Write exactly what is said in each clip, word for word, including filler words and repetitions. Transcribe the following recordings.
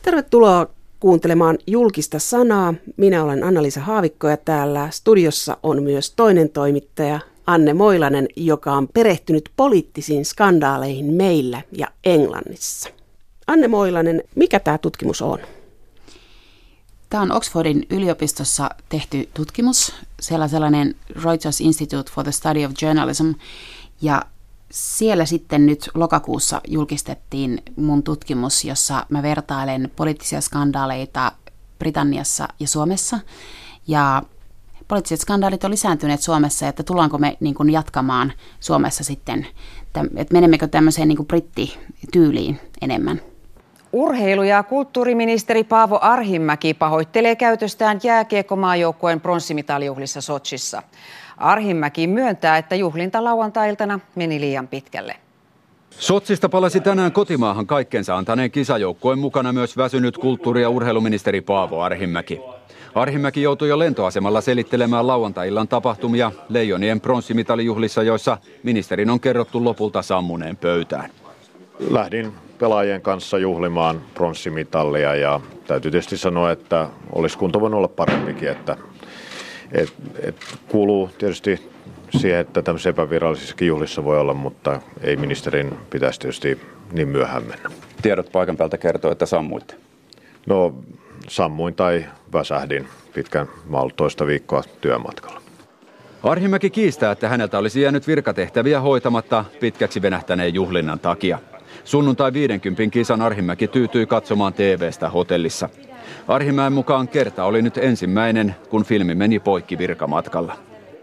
Tervetuloa kuuntelemaan Julkista sanaa. Minä olen Anna-Liisa Haavikko ja täällä studiossa on myös toinen toimittaja Anne Moilanen, joka on perehtynyt poliittisiin skandaaleihin meillä ja Englannissa. Anne Moilanen, mikä tämä tutkimus on? Tämä on Oxfordin yliopistossa tehty tutkimus. Siellä on sellainen Reuters Institute for the Study of Journalism. Ja siellä sitten nyt lokakuussa julkistettiin mun tutkimus, jossa mä vertailen poliittisia skandaaleita Britanniassa ja Suomessa. Ja poliittiset skandaalit on lisääntyneet Suomessa, että tullaanko me niin kuin jatkamaan Suomessa sitten, että menemmekö tämmöiseen niin kuin brittityyliin enemmän. Urheilu- ja kulttuuriministeri Paavo Arhinmäki pahoittelee käytöstään jääkiekkomaajoukkueen pronssimitalijuhlissa Sotsissa. Arhinmäki myöntää, että juhlinta lauantai-iltana meni liian pitkälle. Sotsista palasi tänään kotimaahan kaikkensa antaneen kisajoukkueen mukana myös väsynyt kulttuuri- ja urheiluministeri Paavo Arhinmäki. Arhinmäki joutui jo lentoasemalla selittelemään lauantai-illan tapahtumia Leijonien pronssimitalijuhlissa, joissa ministerin on kerrottu lopulta sammuneen pöytään. Lähdin pelaajien kanssa juhlimaan pronssimitalia ja täytyy tietysti sanoa, että olisi kunto voinut olla parempikin, että et, et kuuluu tietysti siihen, että tämmöisissä epävirallisissakin juhlissa voi olla, mutta ei ministerin pitäisi tietysti niin myöhään mennä. Tiedot paikan päältä kertoo, että sammuitte. No sammuin tai väsähdin pitkän, mä ollut toista viikkoa työmatkalla. Arhinmäki kiistää, että häneltä olisi jäänyt virkatehtäviä hoitamatta pitkäksi venähtäneen juhlinnan takia. Sunnuntai viidenkympin kisan Arhinmäki tyytyi katsomaan T V:stä hotellissa. Arhinmäen mukaan kerta oli nyt ensimmäinen, kun filmi meni poikki virkamatkalla.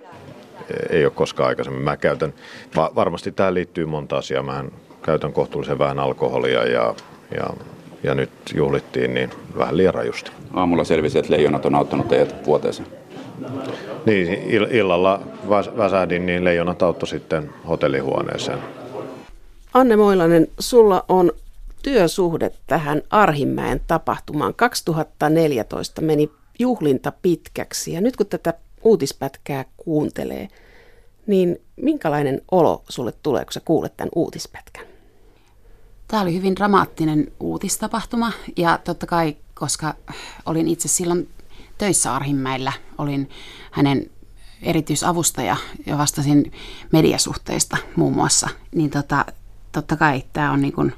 Ei ole koskaan aikaisemmin. Mä käytän, varmasti tähän liittyy monta asiaa. Mä käytän kohtuullisen vähän alkoholia ja, ja, ja nyt juhlittiin niin vähän liian rajusti. Aamulla selvisi, että leijonat on auttanut teidät vuoteeseen. Niin, illalla väsähdin, niin leijonat auttoi sitten hotellihuoneeseen. Anne Moilanen, sulla on työsuhde tähän Arhinmäen tapahtumaan. kaksituhattaneljätoista meni juhlinta pitkäksi ja nyt kun tätä uutispätkää kuuntelee, niin minkälainen olo sulle tulee, kun sä kuulet tämän uutispätkän? Tämä oli hyvin dramaattinen uutistapahtuma ja totta kai, koska olin itse silloin töissä Arhinmäellä, olin hänen erityisavustaja ja vastasin mediasuhteista muun muassa, niin tota, totta kai tämä on, niin kun,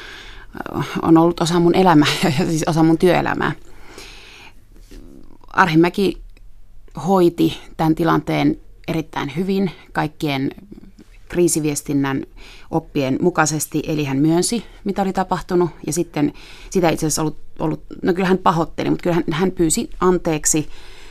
on ollut osa mun elämää ja siis osa mun työelämää. Arhinmäki hoiti tämän tilanteen erittäin hyvin kaikkien kriisiviestinnän oppien mukaisesti, eli hän myönsi, mitä oli tapahtunut, ja sitten sitä itse asiassa ollut, ollut no kyllä hän pahoitteli, mutta kyllä hän, hän pyysi anteeksi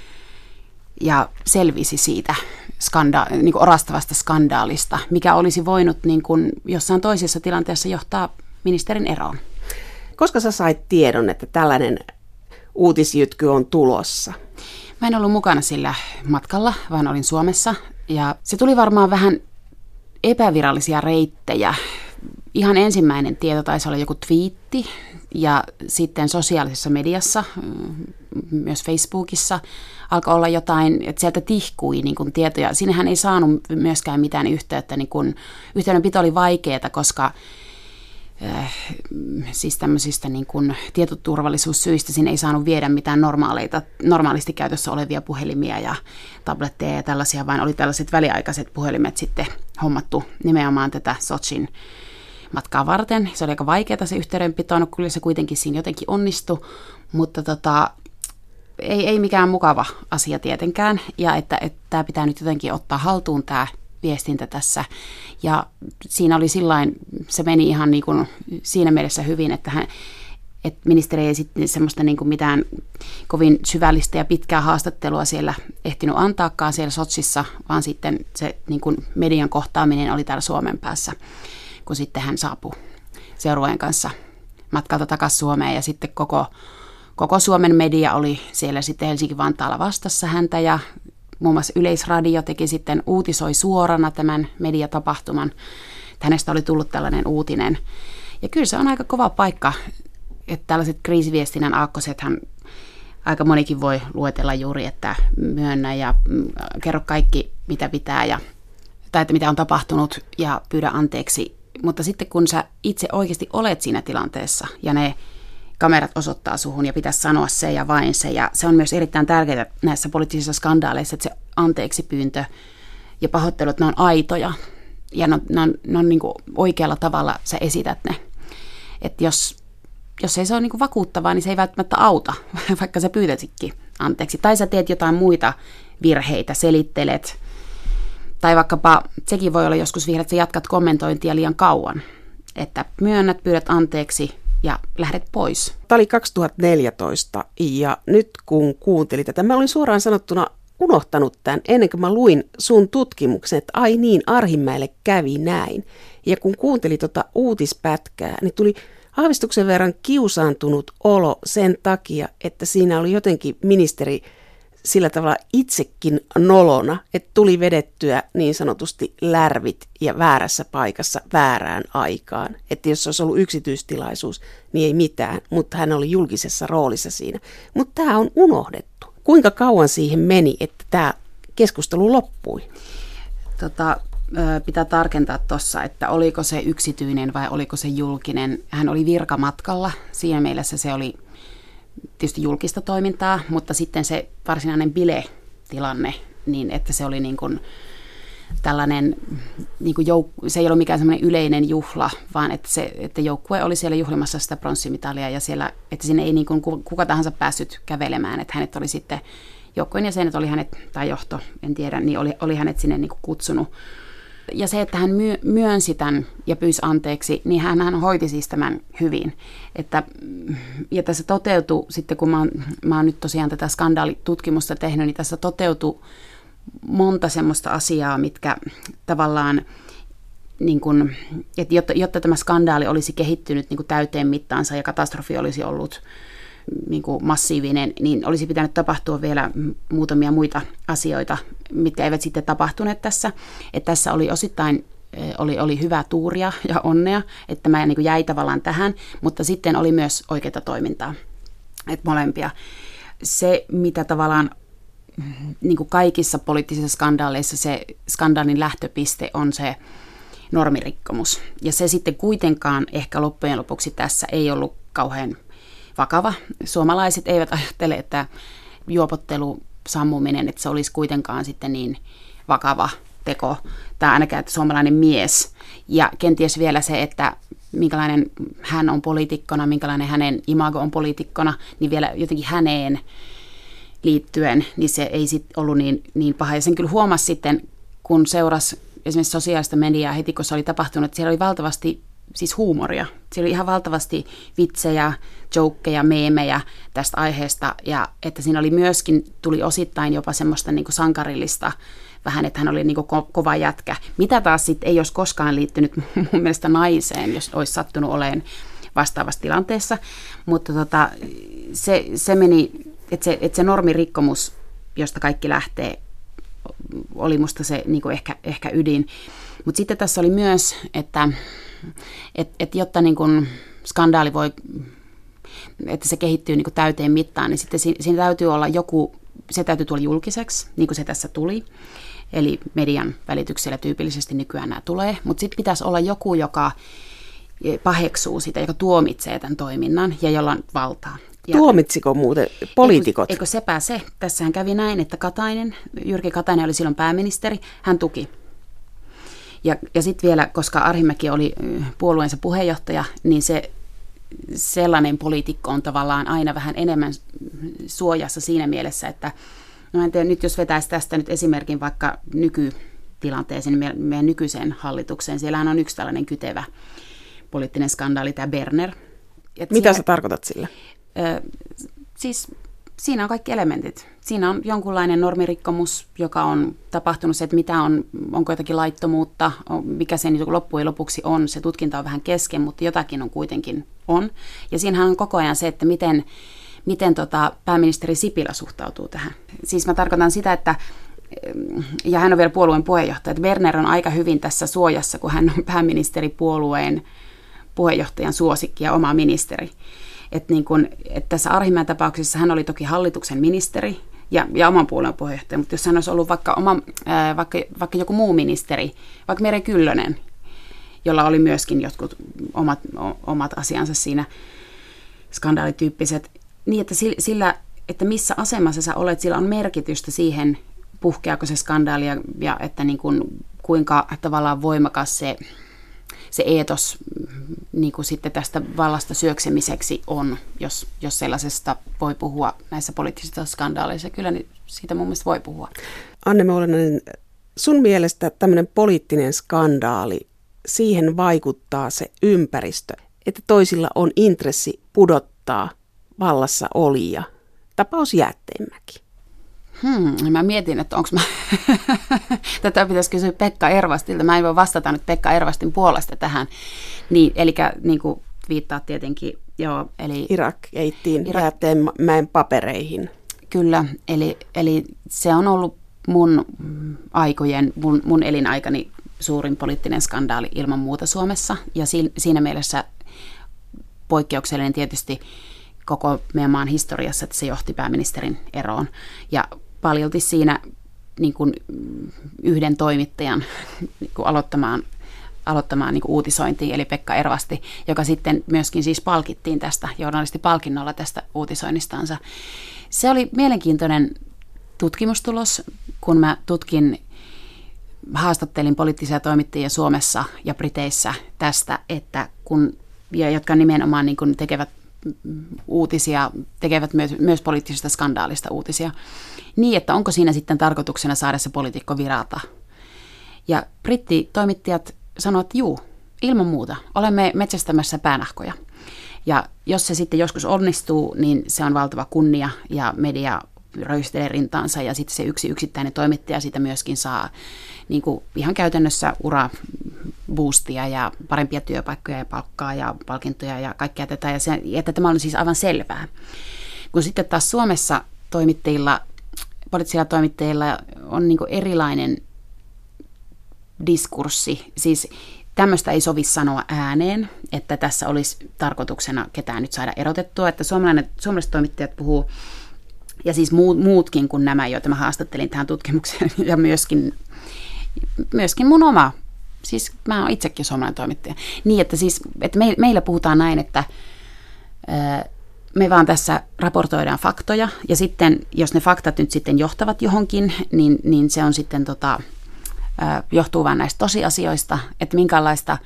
ja selvisi siitä skanda- niin kuin orastavasta skandaalista, mikä olisi voinut niin kuin jossain toisessa tilanteessa johtaa ministerin eroon. Koska sä sait tiedon, että tällainen uutisjytky on tulossa? Mä en ollut mukana sillä matkalla, vaan olin Suomessa. Ja se tuli varmaan vähän epävirallisia reittejä. Ihan ensimmäinen tieto taisi olla joku twiitti ja sitten sosiaalisessa mediassa, myös Facebookissa, alkoi olla jotain, että sieltä tihkui niin kuin tietoja. Sinnehän ei saanut myöskään mitään yhteyttä. Niin kuin, yhteydenpito oli vaikeaa, koska äh, siis tämmöisistä niin kuin tietoturvallisuussyistä sinne ei saanut viedä mitään normaaleita, normaalisti käytössä olevia puhelimia ja tabletteja ja tällaisia, vaan oli tällaiset väliaikaiset puhelimet sitten hommattu nimenomaan tätä Sotsin matkaa varten. Se oli aika vaikeaa se yhteydenpito, no kyllä se kuitenkin siinä jotenkin onnistui, mutta tota, ei, ei mikään mukava asia tietenkään, ja että, että tämä pitää nyt jotenkin ottaa haltuun tämä viestintä tässä, ja siinä oli sillain, se meni ihan niin kuin siinä mielessä hyvin, että, hän, että ministeri ei sitten semmoista niin kuin mitään kovin syvällistä ja pitkää haastattelua siellä ehtinyt antaakaan siellä Sotsissa, vaan sitten se niin kuin median kohtaaminen oli täällä Suomen päässä, kun sitten hän saapui seurueen kanssa matkalta takaisin Suomeen, ja sitten koko, koko Suomen media oli siellä sitten Helsinki-Vantaalla vastassa häntä, ja muun muassa Yleisradio teki sitten, uutisoi suorana tämän mediatapahtuman, että hänestä oli tullut tällainen uutinen. Ja kyllä se on aika kova paikka, että tällaiset kriisiviestinnän aakkosethan aika monikin voi luetella juuri, että myönnä ja kerro kaikki, mitä pitää, ja, tai että mitä on tapahtunut, ja pyydä anteeksi. Mutta sitten kun sä itse oikeasti olet siinä tilanteessa, ja ne kamerat osoittaa suhun ja pitäisi sanoa se ja vain se. Ja se on myös erittäin tärkeää näissä poliittisissa skandaaleissa, että se anteeksi pyyntö ja pahoittelut, ne on aitoja ja ne on, ne on, ne on niin kuin oikealla tavalla sä esität ne. Että jos, jos ei se ole niin kuin vakuuttavaa, niin se ei välttämättä auta, vaikka sä pyytäisitkin anteeksi. Tai sä teet jotain muita virheitä, selittelet. Tai vaikkapa sekin voi olla joskus vihreä, että sä jatkat kommentointia liian kauan. Että myönnät, pyydät anteeksi ja lähdet pois. Tämä oli kaksituhattaneljätoista ja nyt kun kuuntelin tätä, mä olin suoraan sanottuna unohtanut tämän ennen kuin mä luin sun tutkimuksen, että ai niin, Arhinmäelle kävi näin. Ja kun kuuntelin tuota uutispätkää, niin tuli aavistuksen verran kiusaantunut olo sen takia, että siinä oli jotenkin ministeri sillä tavalla itsekin nolona, että tuli vedettyä niin sanotusti lärvit ja väärässä paikassa väärään aikaan. Että jos se olisi ollut yksityistilaisuus, niin ei mitään, mutta hän oli julkisessa roolissa siinä. Mutta tämä on unohdettu. Kuinka kauan siihen meni, että tämä keskustelu loppui? Tota, pitää tarkentaa tuossa, että oliko se yksityinen vai oliko se julkinen. Hän oli virkamatkalla, siinä mielessä se oli tietysti julkista toimintaa, mutta sitten se varsinainen bile-tilanne, niin että se oli niin kuin tällainen, niin kuin jouk- se ei ollut mikään semmoinen yleinen juhla, vaan että, se, että joukkue oli siellä juhlimassa sitä pronssimitalia ja siellä, että sinne ei niin kuin kuka tahansa päässyt kävelemään, että hänet oli sitten, joukkueen jäsenet oli hänet, tai johto, en tiedä, niin oli, oli hänet sinne niin kuin kutsunut. Ja se, että hän myö, myönsi tämän ja pyysi anteeksi, niin hän, hän hoiti siis tämän hyvin. Että, ja tässä toteutui, sitten kun mä oon, mä oon nyt tosiaan tätä skandaalitutkimusta tehnyt, niin tässä toteutui monta semmoista asiaa, mitkä tavallaan, niin kun, että jotta, jotta tämä skandaali olisi kehittynyt niin kuin täyteen mittaansa ja katastrofi olisi ollut niin kuin massiivinen, niin olisi pitänyt tapahtua vielä muutamia muita asioita, mitkä eivät sitten tapahtuneet tässä. Että tässä oli osittain oli, oli hyvää tuuria ja onnea, että mä niin kuin jäi tavallaan tähän, mutta sitten oli myös oikeaa toimintaa, että molempia. Se, mitä tavallaan niin kuin kaikissa poliittisissa skandaaleissa se skandaalin lähtöpiste on se normirikkomus. Ja se sitten kuitenkaan ehkä loppujen lopuksi tässä ei ollut kauhean vakava. Suomalaiset eivät ajattele, että juopottelu, sammuminen, että se olisi kuitenkaan sitten niin vakava teko, tai ainakaan, että suomalainen mies. Ja kenties vielä se, että minkälainen hän on poliitikkona, minkälainen hänen imago on poliitikkona, niin vielä jotenkin häneen liittyen, niin se ei sitten ollut niin, niin paha. Ja sen kyllä huomasi sitten, kun seurasi esimerkiksi sosiaalista mediaa heti, kun se oli tapahtunut, että siellä oli valtavasti siis huumoria. Siellä oli ihan valtavasti vitsejä, jokeja, meemejä tästä aiheesta, ja että siinä oli myöskin, tuli osittain jopa semmoista niin kuin sankarillista, vähän, että hän oli niin kuin ko- kova jätkä. Mitä taas sitten ei olisi koskaan liittynyt mun mielestä naiseen, jos olisi sattunut olemaan vastaavassa tilanteessa, mutta tota, se, se meni, että se, että se normirikkomus, josta kaikki lähtee, oli musta se niin kuin ehkä, ehkä ydin. Mutta sitten tässä oli myös, että et, et jotta niin kuin skandaali voi, että se kehittyy niin kuin täyteen mittaan, niin sitten siinä, siinä täytyy olla joku, se täytyy tulla julkiseksi, niin kuin se tässä tuli. Eli median välityksellä tyypillisesti nykyään nämä tulee, mutta sitten pitäisi olla joku, joka paheksuu sitä, joka tuomitsee tämän toiminnan ja jolla on valtaa. Ja tuomitsiko muuten poliitikot? Eikö, eikö sepä se? Tässähän kävi näin, että Katainen, Jyrki Katainen oli silloin pääministeri, hän tuki. Ja, ja sitten vielä, koska Arhinmäki oli puolueensa puheenjohtaja, niin se sellainen poliitikko on tavallaan aina vähän enemmän suojassa siinä mielessä, että no en tiedä, nyt jos vetäisi tästä nyt esimerkin vaikka nykytilanteeseen, meidän, meidän nykyiseen hallitukseen, siellähän on yksi tällainen kytevä poliittinen skandaali, tämä Berner. Et Mitä siellä, sä tarkoitat sillä? Ö, siis siinä on kaikki elementit. Siinä on jonkunlainen normirikkomus, joka on tapahtunut, se, että mitä on, onko jotakin laittomuutta, mikä se loppujen lopuksi on. Se tutkinta on vähän kesken, mutta jotakin on kuitenkin on. Ja siinähän on koko ajan se, että miten, miten tota pääministeri Sipilä suhtautuu tähän. Siis mä tarkoitan sitä, että, ja hän on vielä puolueen puheenjohtaja, että Berner on aika hyvin tässä suojassa, kun hän on pääministeripuolueen puheenjohtajan suosikki ja oma ministeri. Että niin kun, että tässä Arhinmäen tapauksessa hän oli toki hallituksen ministeri ja, ja oman puolueen puheenjohtaja, mutta jos hän olisi ollut vaikka, oma, ää, vaikka, vaikka joku muu ministeri, vaikka Merja Kyllönen, jolla oli myöskin jotkut omat, o, omat asiansa siinä skandaalityyppiset, niin että sillä, että missä asemassa sä olet, sillä on merkitystä siihen, puhkeako se skandaali ja, ja että niin kuin, kuinka tavallaan voimakas se, se eetos niin kuin sitten tästä vallasta syöksemiseksi on, jos, jos sellaisesta voi puhua näissä poliittisissa skandaaleissa. Kyllä niin siitä mun mielestä voi puhua. Anne Moilanen, sun mielestä tämmöinen poliittinen skandaali, siihen vaikuttaa se ympäristö, että toisilla on intressi pudottaa vallassa olija. Tapaus Jäätteenmäki. Hmm, mä mietin, että onko mä, tätä pitäisi kysyä Pekka Ervastilta. Mä en voi vastata nyt Pekka Ervastin puolesta tähän. Niin, eli niin kuin viittaat tietenkin, joo. Eli Irak keittiin Irak... Jäätteenmäen papereihin. Kyllä, eli, eli se on ollut mun aikojen, mun, mun elinaikani suurin poliittinen skandaali ilman muuta Suomessa. Ja si, siinä mielessä poikkeuksellinen tietysti koko meidän maan historiassa, että se johti pääministerin eroon. Ja paljolti siinä niin kuin yhden toimittajan niin kuin aloittamaan, aloittamaan niin kuin uutisointiin, eli Pekka Ervasti, joka sitten myöskin siis palkittiin tästä, journalistipalkinnolla tästä uutisoinnistansa. Se oli mielenkiintoinen tutkimustulos, kun mä tutkin, haastattelin poliittisia toimittajia Suomessa ja Briteissä tästä, että kun, ja jotka nimenomaan niin kuin tekevät uutisia, tekevät myös, myös poliittisesta skandaalista uutisia, niin että onko siinä sitten tarkoituksena saada se poliitikko viralta. Ja brittitoimittajat sanoivat, että juu, ilman muuta, olemme metsästämässä päänahkoja. Ja jos se sitten joskus onnistuu, niin se on valtava kunnia ja media röystelee rintaansa ja sitten se yksi yksittäinen toimittaja siitä myöskin saa niin kuin ihan käytännössä uraboostia ja parempia työpaikkoja ja palkkaa ja palkintoja ja kaikkea tätä. Ja se, että tämä on siis aivan selvää. Kun sitten taas Suomessa toimittajilla, poliittisilla toimittajilla on niin kuin erilainen diskurssi. Siis tämmöistä ei sovi sanoa ääneen, että tässä olisi tarkoituksena ketään nyt saada erotettua. Että suomalaiset toimittajat puhuu, ja siis muutkin kuin nämä, joita mä haastattelin tähän tutkimukseen, ja myöskin, myöskin mun oma, siis mä oon itsekin suomalainen toimittaja, niin että siis, että me, meillä puhutaan näin, että ää, me vaan tässä raportoidaan faktoja, ja sitten jos ne faktat nyt sitten johtavat johonkin, niin, niin se on sitten tota, ää, johtuu vaan näistä tosiasioista, että minkälaista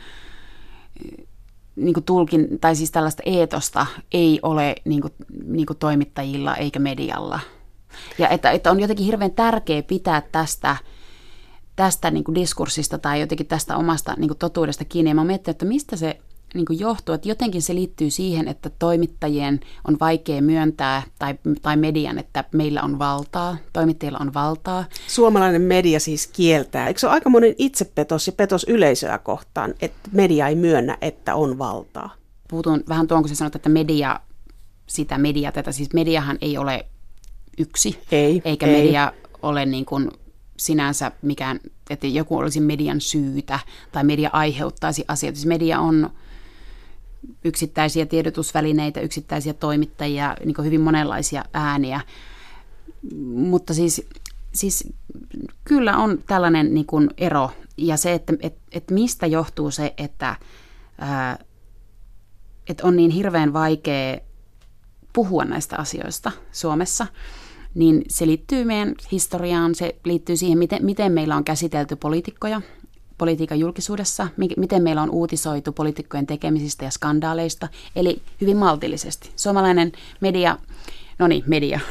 niin kuin tulkin, tai siis tällaista eetosta ei ole niin kuin, niin kuin toimittajilla eikä medialla. Ja että, että on jotenkin hirveän tärkeää pitää tästä, tästä niin kuin diskurssista tai jotenkin tästä omasta niin kuin totuudesta kiinni. Ja mä mietin, että mistä se niin kuin johtuu, että jotenkin se liittyy siihen, että toimittajien on vaikea myöntää, tai, tai median, että meillä on valtaa, toimittajilla on valtaa. Suomalainen media siis kieltää. Eikö se ole aikamoinen itsepetos ja petos yleisöä kohtaan, että media ei myönnä, että on valtaa? Puhutun vähän tuon, kun sä sanot, että media, sitä media, tätä siis mediahan ei ole yksi, ei, eikä ei. media ole niin kuin sinänsä mikään, että joku olisi median syytä tai media aiheuttaisi asioita. Siis media on yksittäisiä tiedotusvälineitä, yksittäisiä toimittajia, niin kuin hyvin monenlaisia ääniä. Mutta siis, siis kyllä on tällainen niin kuin ero. Ja se, että et, et mistä johtuu se, että ää, et on niin hirveän vaikea puhua näistä asioista Suomessa, niin se liittyy meidän historiaan, se liittyy siihen, miten, miten meillä on käsitelty poliitikkoja politiikan julkisuudessa, miten meillä on uutisoitu poliitikkojen tekemisistä ja skandaaleista, eli hyvin maltillisesti. Suomalainen media, no niin, media,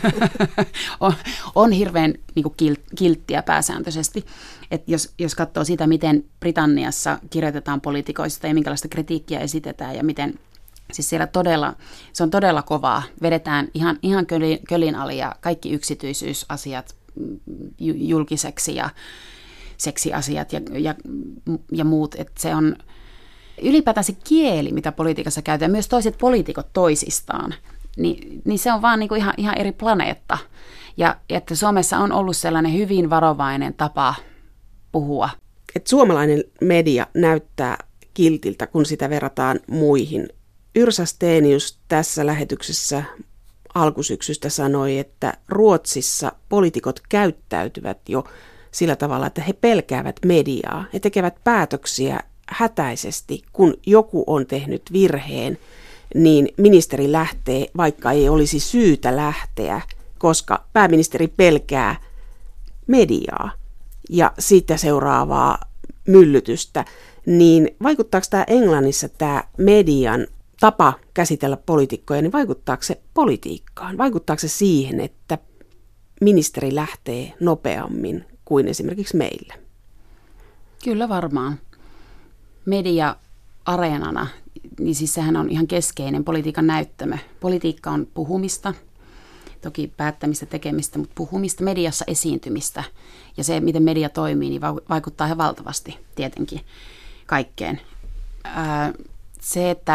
on, on hirveän niin kuin kil, kilttiä pääsääntöisesti. Et jos, jos katsoo sitä, miten Britanniassa kirjoitetaan poliitikoista ja minkälaista kritiikkiä esitetään ja miten, siis siellä todella, se on todella kovaa, vedetään ihan, ihan kölin, kölin ali ja kaikki yksityisyysasiat julkiseksi ja seksiasiat ja, ja, ja muut, että se on ylipäätään se kieli, mitä politiikassa käytetään, myös toiset poliitikot toisistaan, niin, niin se on vaan niinku ihan, ihan eri planeetta. Ja että Suomessa on ollut sellainen hyvin varovainen tapa puhua. Et suomalainen media näyttää kiltiltä, kun sitä verrataan muihin. Yrsa Stenius tässä lähetyksessä alkusyksystä sanoi, että Ruotsissa poliitikot käyttäytyvät jo sillä tavalla, että he pelkäävät mediaa. He tekevät päätöksiä hätäisesti, kun joku on tehnyt virheen. niin ministeri lähtee, vaikka ei olisi syytä lähteä, koska pääministeri pelkää mediaa ja siitä seuraavaa myllytystä, niin vaikuttaako tämä Englannissa tämä median tapa käsitellä poliitikkoja, niin vaikuttaako se politiikkaan? Vaikuttaako se siihen, että ministeri lähtee nopeammin kuin esimerkiksi meillä? Kyllä varmaan. Media areenana, niin siis sehän on ihan keskeinen politiikan näyttämö. Politiikka on puhumista, toki päättämistä, tekemistä, mutta puhumista, mediassa esiintymistä. Ja se, miten media toimii, niin vaikuttaa ihan valtavasti tietenkin kaikkeen. Ää, se, että,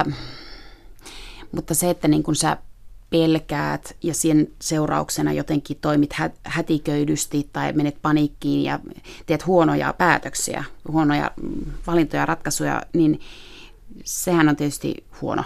mutta se, että niin kun sä pelkäät ja sen seurauksena jotenkin toimit hätiköidysti tai menet paniikkiin ja teet huonoja päätöksiä, huonoja valintoja, ratkaisuja, niin sehän on tietysti huono.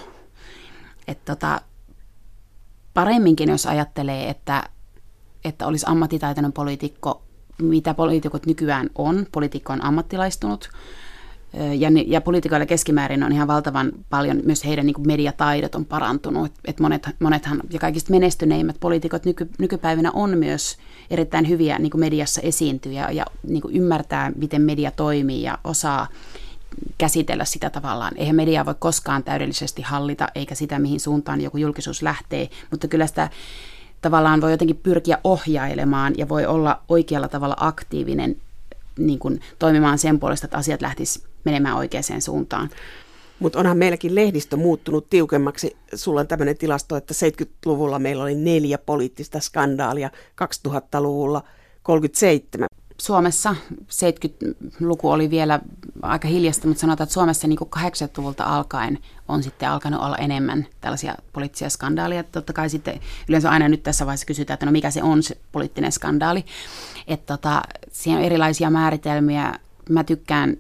Että tota, paremminkin, jos ajattelee, että, että olisi ammattitaitoinen poliitikko, mitä poliitikot nykyään on, poliitikko on ammattilaistunut, ja, ne, ja poliitikoilla keskimäärin on ihan valtavan paljon, myös heidän niin kuin mediataidot on parantunut. Et monet, monethan ja kaikista menestyneimmät poliitikot nyky, nykypäivänä on myös erittäin hyviä niin kuin mediassa esiintyjä ja niin kuin ymmärtää, miten media toimii ja osaa käsitellä sitä tavallaan. Eihän mediaa voi koskaan täydellisesti hallita, eikä sitä, mihin suuntaan joku julkisuus lähtee, mutta kyllä sitä tavallaan voi jotenkin pyrkiä ohjailemaan ja voi olla oikealla tavalla aktiivinen niin kuin toimimaan sen puolesta, että asiat lähtisivät menemään oikeaan suuntaan. Mutta onhan meilläkin lehdistö muuttunut tiukemmaksi. Sulla on tämmöinen tilasto, että seitsemänkymmentäluvulla meillä oli neljä poliittista skandaalia, kaksituhattaluvulla kolmekymmentäseitsemän. Suomessa seitsemänkymmentäluku oli vielä aika hiljasta, mutta sanotaan, että Suomessa niin kuin kahdeksankymmentäluvulta alkaen on sitten alkanut olla enemmän tällaisia poliittisia skandaaleja. Totta kai sitten yleensä aina nyt tässä vaiheessa kysytään, että no mikä se on se poliittinen skandaali. Että tota, siinä on erilaisia määritelmiä. Mä tykkään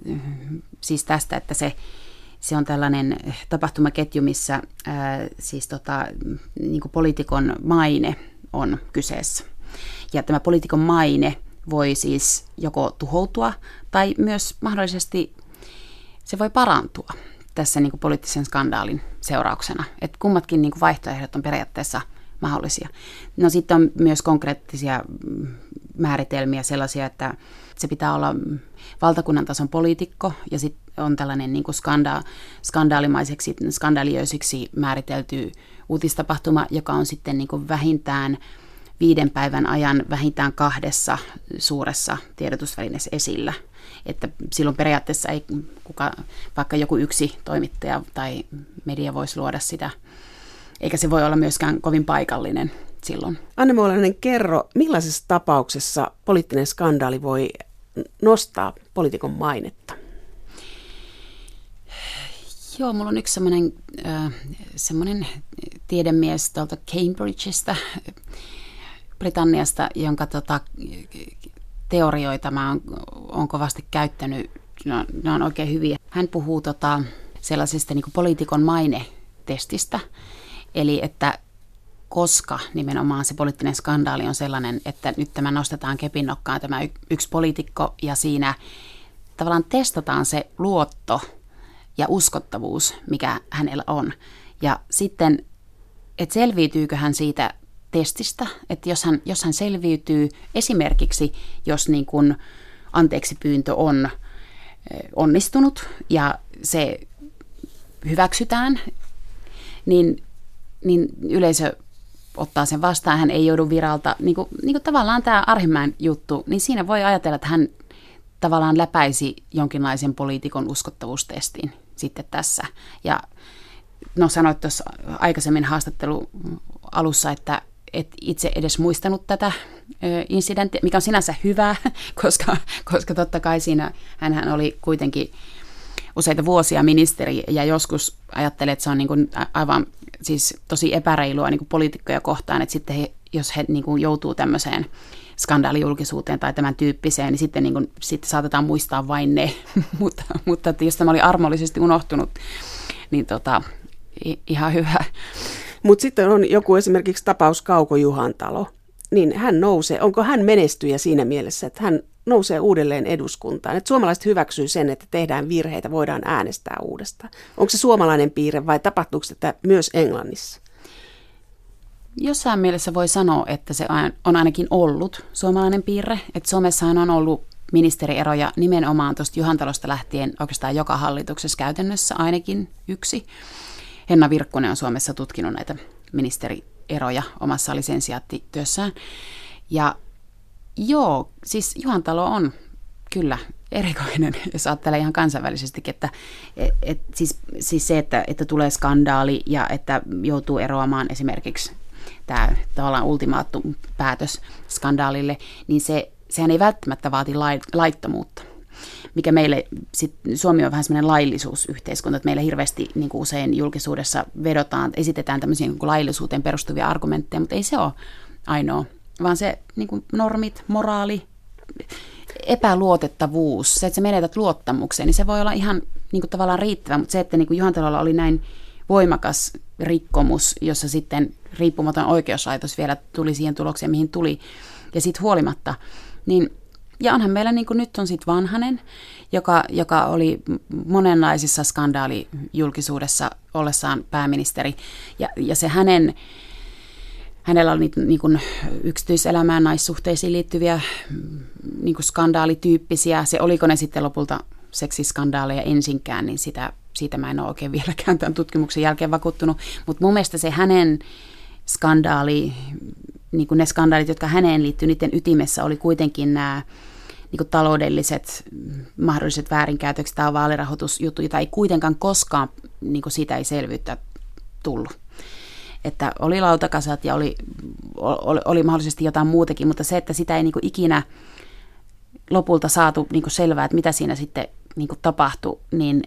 siis tästä, että se, se on tällainen tapahtumaketju, missä ää, siis tota, niin kuin poliitikon maine on kyseessä. Ja tämä poliitikon maine voi siis joko tuhoutua tai myös mahdollisesti se voi parantua tässä niin kuin poliittisen skandaalin seurauksena. Että kummatkin niin kuin vaihtoehdot on periaatteessa mahdollisia. No sitten on myös konkreettisia määritelmiä sellaisia, että se pitää olla valtakunnan tason poliitikko ja sitten on tällainen niin kuin skanda, skandaalimaiseksi, skandaalioisiksi määritelty uutistapahtuma, joka on sitten niin kuin vähintään viiden päivän ajan vähintään kahdessa suuressa tiedotusvälineessä esillä. Että silloin periaatteessa ei kuka, vaikka joku yksi toimittaja tai media voisi luoda sitä, eikä se voi olla myöskään kovin paikallinen silloin. Anne Moilanen, kerro, millaisessa tapauksessa poliittinen skandaali voi nostaa poliitikon mainetta? Joo, mulla on yksi semmoinen, äh, semmoinen tiedemies tuolta Cambridgeista, Britanniasta, jonka tota, teorioita mä oon, oon kovasti käyttänyt. No, ne on oikein hyviä. Hän puhuu tota, sellaisesta niin kuin poliitikon maine-testistä, eli että koska nimenomaan se poliittinen skandaali on sellainen, että nyt tämä nostetaan kepinnokkaan tämä yksi poliitikko ja siinä tavallaan testataan se luotto ja uskottavuus, mikä hänellä on. Ja sitten, että selviytyykö hän siitä testistä, että jos hän, jos hän selviytyy esimerkiksi, jos niin kuin anteeksi pyyntö on onnistunut ja se hyväksytään, niin, niin yleisö ottaa sen vastaan, hän ei joudu viralta, niin kuin, niin kuin tavallaan tämä Arhinmäen juttu, niin siinä voi ajatella, että hän tavallaan läpäisi jonkinlaisen poliitikon uskottavuustestin sitten tässä. Ja no sanoit tuossa aikaisemmin haastattelu alussa, että et itse edes muistanut tätä incidenttiä, mikä on sinänsä hyvä, koska, koska totta kai siinä hänhän oli kuitenkin useita vuosia ministeri ja joskus ajattelee, että se on niin kuin aivan siis tosi epäreilua niin kuin poliitikkoja kohtaan, että sitten he, jos he niin kuin joutuu tämmöiseen skandaalijulkisuuteen tai tämän tyyppiseen, niin sitten, niin kuin, sitten saatetaan muistaa vain ne, mutta, mutta että jos tämä oli armollisesti unohtunut, niin tota, ihan hyvä. Mutta sitten on joku esimerkiksi tapaus Kauko Juhantalo, niin hän nousee, onko hän menestyjä siinä mielessä, että hän nousee uudelleen eduskuntaan. Että suomalaiset hyväksyy sen, että tehdään virheitä, voidaan äänestää uudestaan. Onko se suomalainen piirre vai tapahtuuko tätä myös Englannissa? Jossain mielessä voi sanoa, että se on ainakin ollut suomalainen piirre. Että Suomessahan on ollut ministerieroja nimenomaan tuosta Juhantalosta lähtien oikeastaan joka hallituksessa käytännössä ainakin yksi. Henna Virkkunen on Suomessa tutkinut näitä ministerieroja omassa lisensiaattityössään. Ja joo, siis Juhantalo on kyllä erikoinen, jos ajattelee ihan kansainvälisestikin, että et, et, siis, siis se, että, että tulee skandaali ja että joutuu eroamaan esimerkiksi tämä tavallaan ultimaattum päätös skandaalille, niin se, sehän ei välttämättä vaati laittomuutta. Mikä meille, sit, Suomi on vähän semmoinen laillisuusyhteiskunta, että meillä hirveästi niin kuin usein julkisuudessa vedotaan, esitetään tämmöisiä niin kuin laillisuuteen perustuvia argumentteja, mutta ei se ole ainoa, vaan se niin kuin normit, moraali, epäluotettavuus, se, että sä menetät luottamukseen, niin se voi olla ihan niin kuin tavallaan riittävä, mutta se, että niin kuin Juhantalolla oli näin voimakas rikkomus, jossa sitten riippumaton oikeuslaitos vielä tuli siihen tulokseen, mihin tuli, ja sitten huolimatta, niin ja onhan meillä niin kuin nyt on sitten Vanhanen, joka, joka oli monenlaisissa skandaalijulkisuudessa ollessaan pääministeri, ja, ja se hänen, hänellä oli niin kuin yksityiselämään, naissuhteisiin liittyviä niin kuin skandaalityyppisiä, se oliko ne sitten lopulta seksiskandaaleja ensinkään, niin sitä, siitä mä en ole oikein vieläkään tämän tutkimuksen jälkeen vakuuttunut, mutta mun mielestä se hänen skandaali, niin kuin ne skandaalit, jotka häneen liittyy, niiden ytimessä oli kuitenkin nämä niin kuin taloudelliset mahdolliset väärinkäytökset tai vaalirahoitusjuttu, jota ei kuitenkaan koskaan, niin kuin siitä ei selvyyttä tullut. Että oli lautakasat ja oli, oli, oli mahdollisesti jotain muutakin, mutta se, että sitä ei niin kuin ikinä lopulta saatu niin kuin selvää, että mitä siinä sitten niin kuin tapahtui, niin,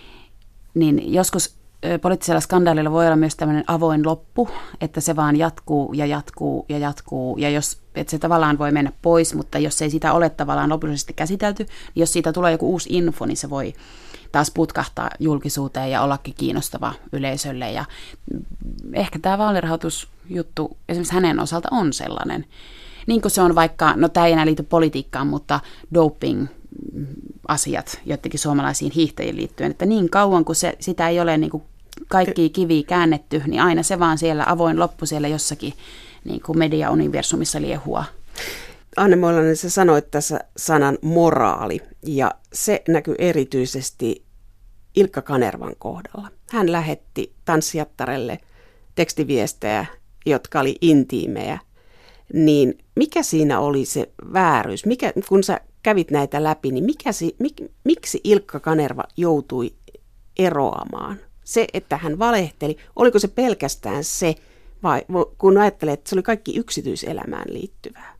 niin joskus poliittisella skandaalilla voi olla myös tämmöinen avoin loppu, että se vaan jatkuu ja jatkuu ja jatkuu, ja jos, että se tavallaan voi mennä pois, mutta jos ei sitä ole tavallaan lopullisesti käsitelty, niin jos siitä tulee joku uusi info, niin se voi taas putkahtaa julkisuuteen ja ollakin kiinnostava yleisölle, ja ehkä tämä vaalirahoitusjuttu esimerkiksi hänen osalta on sellainen, niin kuin se on vaikka, no tämä ei enää liity politiikkaan, mutta doping asiat jotenkin suomalaisiin hiihtäjiin liittyen, että niin kauan kuin se, sitä ei ole niin kuin kaikki kivi käännetty, niin aina se vaan siellä avoin loppu siellä jossakin niin kuin media-universumissa liehua. Anne Moilanen, sä sanoit tässä sanan moraali, ja se näkyy erityisesti Ilkka Kanervan kohdalla. Hän lähetti tanssijattarelle tekstiviestejä, jotka oli intiimejä, niin mikä siinä oli se vääryys? Mikä, kun sä kävit näitä läpi, niin mikä, mik, miksi Ilkka Kanerva joutui eroamaan? Se, että hän valehteli, oliko se pelkästään se, vai kun ajattelee, että se oli kaikki yksityiselämään liittyvää?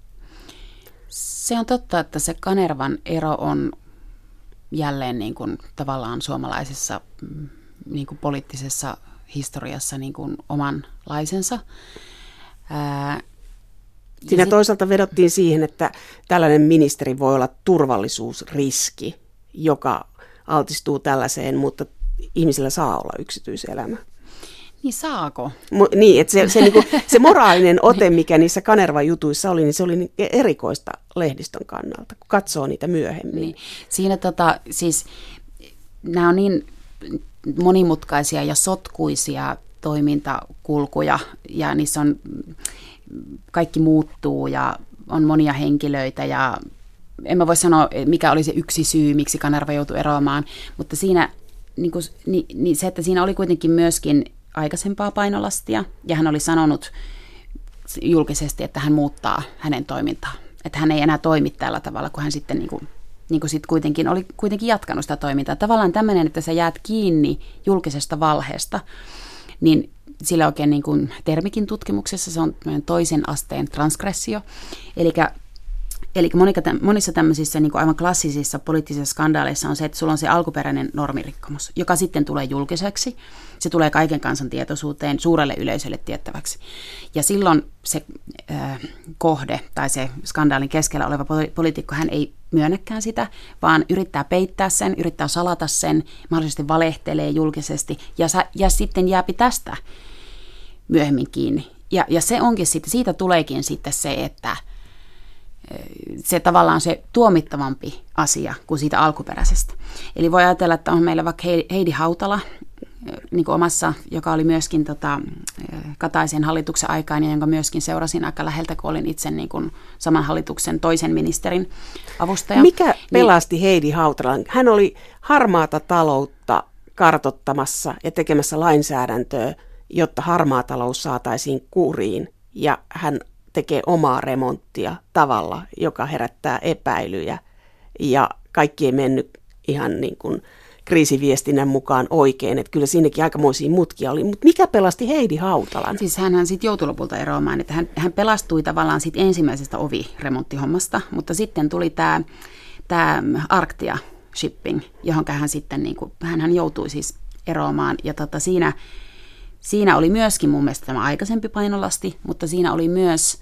Se on totta, että se Kanervan ero on jälleen niin kuin tavallaan suomalaisessa niin kuin poliittisessa historiassa niin kuin omanlaisensa. Ää, Siinä sit toisaalta vedottiin siihen, että tällainen ministeri voi olla turvallisuusriski, joka altistuu tällaiseen, mutta ihmisillä saa olla yksityiselämä. Niin saako? Mo- niin, että se, se, niinku, se moraalinen ote, mikä niissä Kanervan jutuissa oli, niin se oli erikoista lehdistön kannalta, kun katsoo niitä myöhemmin. Niin. Siinä tota, siis nämä on niin monimutkaisia ja sotkuisia toimintakulkuja, ja niissä on kaikki muuttuu ja on monia henkilöitä, ja en mä voi sanoa, mikä oli se yksi syy, miksi Kanerva joutui eroamaan, mutta siinä niin kuin, niin, niin se, että siinä oli kuitenkin myöskin aikaisempaa painolastia, ja hän oli sanonut julkisesti, että hän muuttaa hänen toimintaa, että hän ei enää toimi tällä tavalla, kun hän sitten niin kuin, niin kuin sit kuitenkin oli kuitenkin jatkanut sitä toimintaa. Tavallaan tämmöinen, että sä jäät kiinni julkisesta valheesta, niin sillä oikein niin kuin termikin tutkimuksessa se on toisen asteen transgressio, eli Eli monissa tämmöisissä niin kuin aivan klassisissa poliittisissa skandaaleissa on se, että sulla on se alkuperäinen normirikkomus, joka sitten tulee julkiseksi. Se tulee kaiken kansan tietoisuuteen, suurelle yleisölle tiettäväksi. Ja silloin se äh, kohde tai se skandaalin keskellä oleva poliitikko, hän ei myönnäkään sitä, vaan yrittää peittää sen, yrittää salata sen, mahdollisesti valehtelee julkisesti ja, sa- ja sitten jääpi tästä myöhemmin kiinni. Ja, ja se onkin sitten, siitä tuleekin sitten se, että se tavallaan se tuomittavampi asia kuin siitä alkuperäisestä. Eli voi ajatella, että on meillä vaikka Heidi Hautala, niin kuin omassa, joka oli myöskin tota, Kataisen hallituksen aikaan ja jonka myöskin seurasin aika läheltä, kun olin itse niin kuin saman hallituksen toisen ministerin avustaja. Mikä pelasti niin, Heidi Hautalan? Hän oli harmaata taloutta kartoittamassa ja tekemässä lainsäädäntöä, jotta harmaa talous saataisiin kuriin, ja hän tekee omaa remonttia tavalla, joka herättää epäilyjä, ja kaikki ei mennyt ihan niin kuin kriisiviestinnän mukaan oikein, että kyllä siinäkin aikamoisia mutkia oli. Mutta mikä pelasti Heidi Hautalan? Siis hänhän sitten joutui lopulta eroamaan, että hän, hän pelastui tavallaan siitä ensimmäisestä oviremonttihommasta, mutta sitten tuli tämä tää Arctia Shipping, johon hän sitten, niin kuin, hänhän joutui siis eroamaan, ja tota siinä, siinä oli myöskin mun mielestä tämä aikaisempi painolasti, mutta siinä oli myös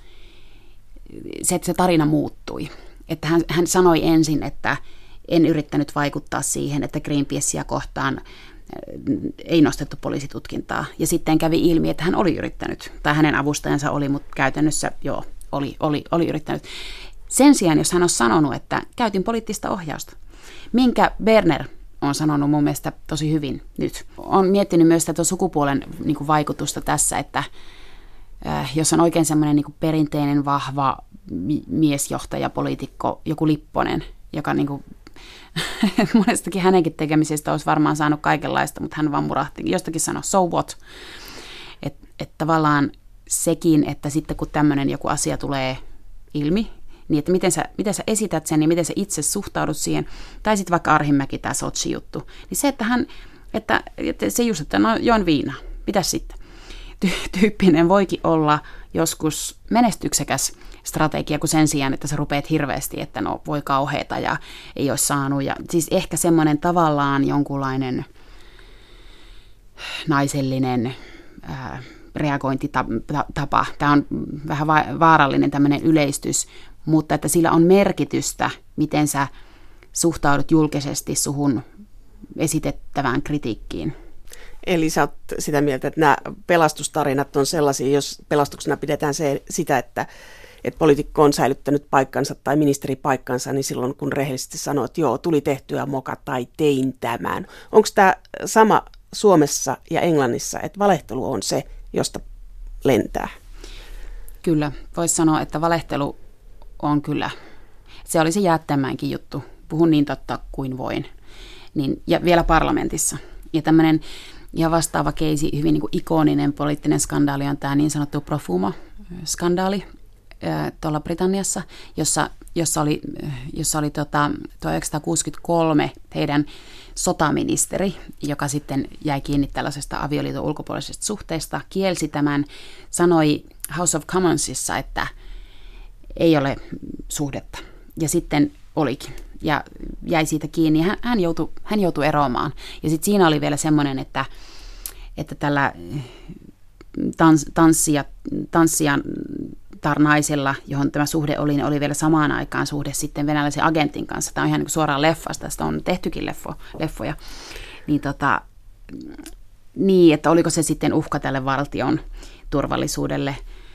se, että se tarina muuttui. Että hän, hän sanoi ensin, että en yrittänyt vaikuttaa siihen, että Greenpeacea kohtaan ei nostettu poliisitutkintaa. Ja sitten kävi ilmi, että hän oli yrittänyt, tai hänen avustajansa oli, mutta käytännössä joo, oli, oli, oli yrittänyt. Sen sijaan, jos hän on sanonut, että käytin poliittista ohjausta, minkä Berner on sanonut mun mielestä tosi hyvin nyt. Olen miettinyt myös tätä sukupuolen niin kuin vaikutusta tässä, että äh, jos on oikein semmoinen niin kuin perinteinen, vahva miesjohtaja, poliitikko, joku Lipponen, joka niin kuin monestakin hänenkin tekemisestä olisi varmaan saanut kaikenlaista, mutta hän vaan murahti. Jostakin sanoi, so what? Että et tavallaan sekin, että sitten kun tämmöinen joku asia tulee ilmi, niin että miten sä, miten sä esität sen ja miten sä itse suhtaudut siihen, tai sitten vaikka Arhinmäki, tämä Sotsi-juttu, niin se, että hän, että, että se just, että no join viinaa, mitäs sitten? Ty- tyyppinen voikin olla joskus menestyksekäs strategia, kuin sen sijaan, että sä rupeat hirveästi, että no voi kauheeta ja ei ole saanut. Ja siis ehkä semmoinen tavallaan jonkunlainen naisellinen ää, reagointitapa. Tämä on vähän va- vaarallinen tämmöinen yleistys, mutta että sillä on merkitystä, miten sä suhtaudut julkisesti suhun esitettävään kritiikkiin. Eli sä oot sitä mieltä, että nämä pelastustarinat on sellaisia, jos pelastuksena pidetään se, sitä, että, että poliitikko on säilyttänyt paikkansa tai ministeri paikkansa, niin silloin kun rehellisesti sanoo, että joo, tuli tehtyä moka tai tein tämän. Onko tämä sama Suomessa ja Englannissa, että valehtelu on se, josta lentää? Kyllä, voisi sanoa, että valehtelu on kyllä. Se oli se Jäätteenmäenkin juttu. Puhun niin totta kuin voin. Niin, ja vielä parlamentissa. Ja tämmöinen ihan vastaava keisi, hyvin niin kuin ikoninen poliittinen skandaali on tämä niin sanottu Profumo-skandaali tuolla Britanniassa, jossa, jossa oli, jossa oli tota, tuhatyhdeksänsataakuusikymmentäkolme heidän sotaministeri, joka sitten jäi kiinni tällaisesta avioliiton ulkopuolisesta suhteesta, kielsi tämän, sanoi House of Commonsissa, että ei ole suhdetta. Ja sitten olikin. Ja jäi siitä kiinni. Hän, hän, joutui, hän joutui eroamaan. Ja sitten siinä oli vielä semmoinen, että, että tällä tans, tanssia, tanssijan tarnaisella, johon tämä suhde oli, niin oli vielä samaan aikaan suhde sitten venäläisen agentin kanssa. Tämä on ihan niin kuin suoraan leffasta, tästä on tehtykin leffo, leffoja. Niin, tota, niin, että oliko se sitten uhka tälle valtion turvallisuudelle.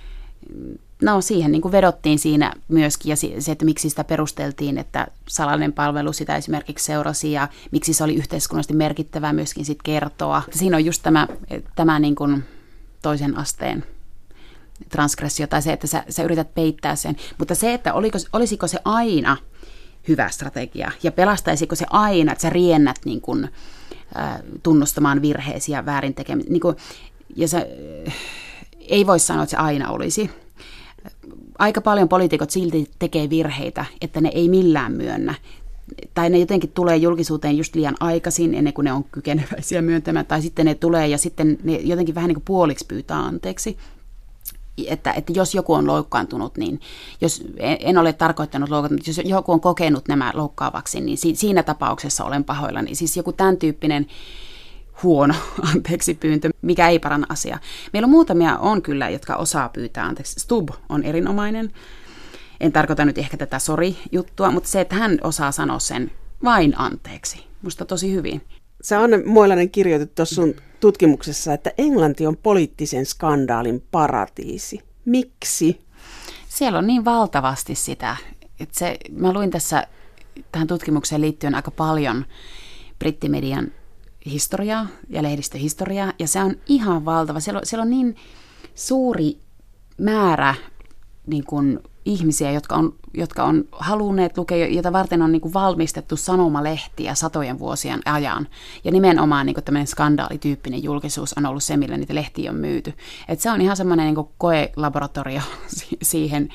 No siihen niin kuin vedottiin siinä myöskin, ja se, että miksi sitä perusteltiin, että salainen palvelu sitä esimerkiksi seurasi, ja miksi se oli yhteiskunnallisesti merkittävää myöskin sit kertoa. Siinä on just tämä, tämä niin kuin toisen asteen transgressio, tai se, että sä, sä yrität peittää sen. Mutta se, että oliko, olisiko se aina hyvä strategia, ja pelastaisiko se aina, että sä riennät niin kuin, äh, tunnustamaan virheesi ja väärin tekemistä. Niin kuin, ja se, äh, ei voi sanoa, että se aina olisi. Aika paljon poliitikot silti tekee virheitä, että ne ei millään myönnä. Tai ne jotenkin tulee julkisuuteen just liian aikaisin, ennen kuin ne on kykeneväisiä myöntämään. Tai sitten ne tulee ja sitten ne jotenkin vähän niin kuin puoliksi pyytää anteeksi. Että, että jos joku on loukkaantunut, niin jos en ole tarkoittanut loukkaantunut, jos joku on kokenut nämä loukkaavaksi, niin si, siinä tapauksessa olen pahoillani. Siis joku tämän tyyppinen huono anteeksi pyyntö, mikä ei paranna asiaa. Meillä on muutamia on kyllä, jotka osaa pyytää anteeksi. Stubb on erinomainen. En tarkoita nyt ehkä tätä sori-juttua, mutta se, että hän osaa sanoa sen vain anteeksi. Musta tosi hyvin. Sä Anne Moilanen kirjoitit tuossa sun tutkimuksessa, että Englanti on poliittisen skandaalin paratiisi. Miksi? Siellä on niin valtavasti sitä, että se, mä luin tässä tähän tutkimukseen liittyen aika paljon brittimedian historiaa ja lehdistöhistoriaa, ja se on ihan valtava. Siellä on, siellä on niin suuri määrä niin kuin ihmisiä, jotka on, jotka on halunneet lukea, jota varten on niin kuin valmistettu sanomalehtiä satojen vuosien ajan. Ja nimenomaan niin kuin tämmöinen skandaalityyppinen julkisuus on ollut se, millä niitä lehtiä on myyty. Et se on ihan semmoinen niin kuin koelaboratorio siihen.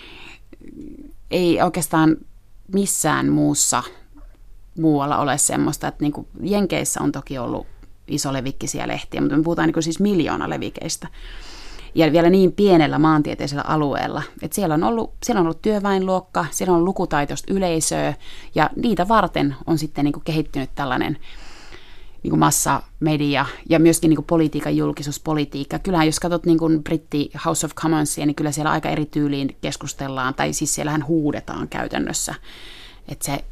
Ei oikeastaan missään muussa muualla ole semmoista, että niin kuin Jenkeissä on toki ollut isolevikkisiä lehtiä, mutta me puhutaan niin kuin siis miljoonalevikeistä. Ja vielä niin pienellä maantieteisellä alueella, että siellä on ollut, siellä on ollut työväenluokka, siellä on lukutaitoista yleisöä, ja niitä varten on sitten niin kuin kehittynyt tällainen niin kuin massamedia ja myöskin niin kuin politiikan julkisuuspolitiikka. Kyllähän jos katsot niin kuin britti House of Commonsia, niin kyllä siellä aika eri tyyliin keskustellaan, tai siis siellähän huudetaan käytännössä, että se...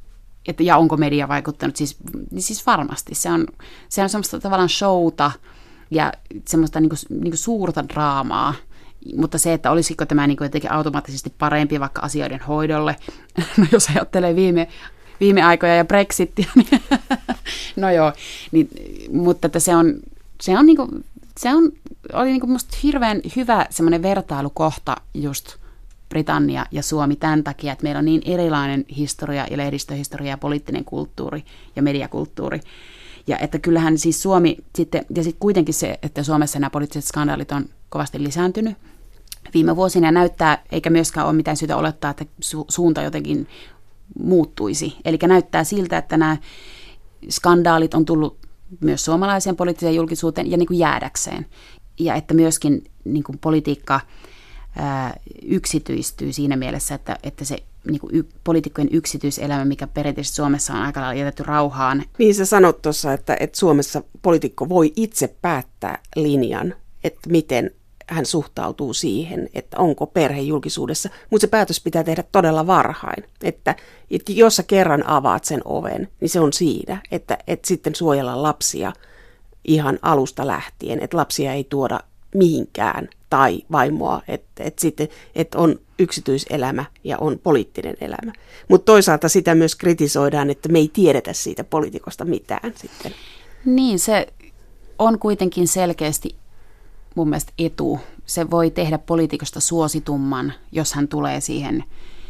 Et, ja onko media vaikuttanut, siis, niin siis varmasti. Se on, se on semmoista tavallaan showta ja semmoista niinku, niinku suurta draamaa, mutta se, että olisiko tämä niinku jotenkin automaattisesti parempi vaikka asioiden hoidolle, no jos ajattelee viime, viime aikoja ja Brexitia, niin no joo, niin, mutta että se on, se on, niinku, se on oli niinku musta hirveän hyvä semmoinen vertailukohta just Britannia ja Suomi tämän takia, että meillä on niin erilainen historia ja lehdistöhistoria ja poliittinen kulttuuri ja mediakulttuuri. Ja että kyllähän siis Suomi sitten, ja sitten kuitenkin se, että Suomessa nämä poliittiset skandaalit on kovasti lisääntynyt viime vuosina ja näyttää, eikä myöskään ole mitään syytä olettaa, että su- suunta jotenkin muuttuisi. Eli näyttää siltä, että nämä skandaalit on tullut myös suomalaiseen poliittiseen julkisuuteen ja niin kuin jäädäkseen. Ja että myöskin niin kuin politiikka ää, yksityistyy siinä mielessä, että, että se niin kuin y, poliitikkojen yksityiselämä, mikä perinteisesti Suomessa on aika lailla jätetty rauhaan. Niin sä sanot tuossa, että, että Suomessa poliitikko voi itse päättää linjan, että miten hän suhtautuu siihen, että onko perhe julkisuudessa, mutta se päätös pitää tehdä todella varhain, että, että jos sä kerran avaat sen oven, niin se on siinä, että, että sitten suojella lapsia ihan alusta lähtien, että lapsia ei tuoda mihinkään tai vaimoa, että, että, sitten, että on yksityiselämä ja on poliittinen elämä. Mutta toisaalta sitä myös kritisoidaan, että me ei tiedetä siitä poliitikosta mitään sitten. Niin, se on kuitenkin selkeästi mun mielestä etu. Se voi tehdä poliitikosta suositumman, jos hän tulee siihen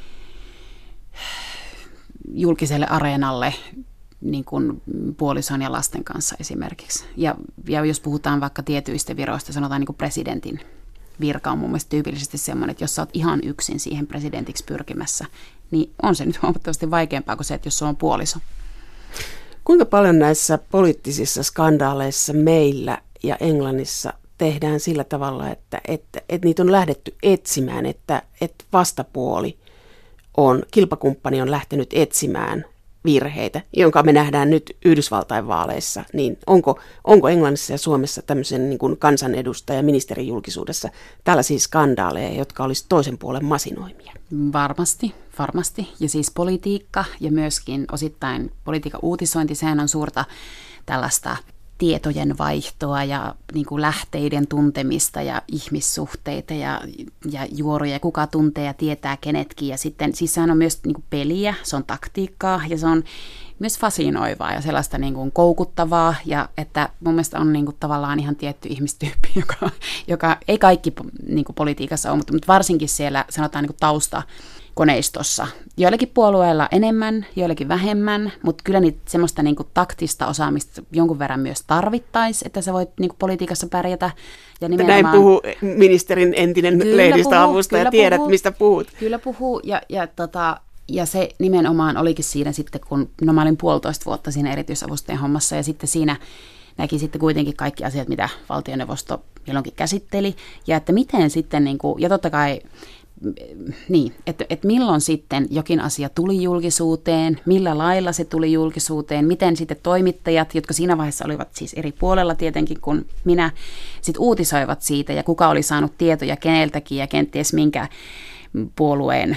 julkiselle areenalle niin kuin puolison ja lasten kanssa esimerkiksi. Ja, ja jos puhutaan vaikka tietyistä viroista, sanotaan niin kuin presidentin virka on mun mielestä tyypillisesti semmoinen, että jos sä oot ihan yksin siihen presidentiksi pyrkimässä, niin on se nyt huomattavasti vaikeampaa kuin se, että jos sulla on puoliso. Kuinka paljon näissä poliittisissa skandaaleissa meillä ja Englannissa tehdään sillä tavalla, että, että, että niitä on lähdetty etsimään, että, että vastapuoli on, kilpakumppani on lähtenyt etsimään virheitä, jonka me nähdään nyt Yhdysvaltain vaaleissa, niin onko, onko Englannissa ja Suomessa tämmöisen niin kuin kansanedustaja ministerin julkisuudessa tällaisia skandaaleja, jotka olisi toisen puolen masinoimia? Varmasti, varmasti. Ja siis politiikka ja myöskin osittain politiikan uutisointi, sehän on suurta tällaista tietojen vaihtoa ja niin kuin lähteiden tuntemista ja ihmissuhteita ja, ja juoruja, kuka tuntee ja tietää kenetkin. Ja sitten siis sehän on myös niin kuin peliä, se on taktiikkaa ja se on myös fasinoivaa ja sellaista niin kuin koukuttavaa. Ja että mun mielestä on niin kuin tavallaan ihan tietty ihmistyyppi, joka, joka ei kaikki niin kuin politiikassa ole, mutta, mutta varsinkin siellä sanotaan niin kuin tausta koneistossa. Joillakin puolueilla enemmän, joillakin vähemmän, mutta kyllä niitä semmoista niinku taktista osaamista jonkun verran myös tarvittaisi, että sä voit niinku politiikassa pärjätä. Ja nimenomaan... Näin puhuu ministerin entinen lehdistöavustaja, tiedät puhuu, mistä puhut. Kyllä puhuu ja, ja, tota, ja se nimenomaan olikin siinä sitten, kun no mä olin puolitoista vuotta siinä erityisavustajan hommassa ja sitten siinä näki sitten kuitenkin kaikki asiat, mitä valtioneuvosto milloinkin käsitteli ja että miten sitten, niinku, ja totta kai niin, että, että milloin sitten jokin asia tuli julkisuuteen, millä lailla se tuli julkisuuteen, miten sitten toimittajat, jotka siinä vaiheessa olivat siis eri puolella tietenkin kuin minä, sitten uutisoivat siitä ja kuka oli saanut tietoja keneltäkin ja kenties minkä puolueen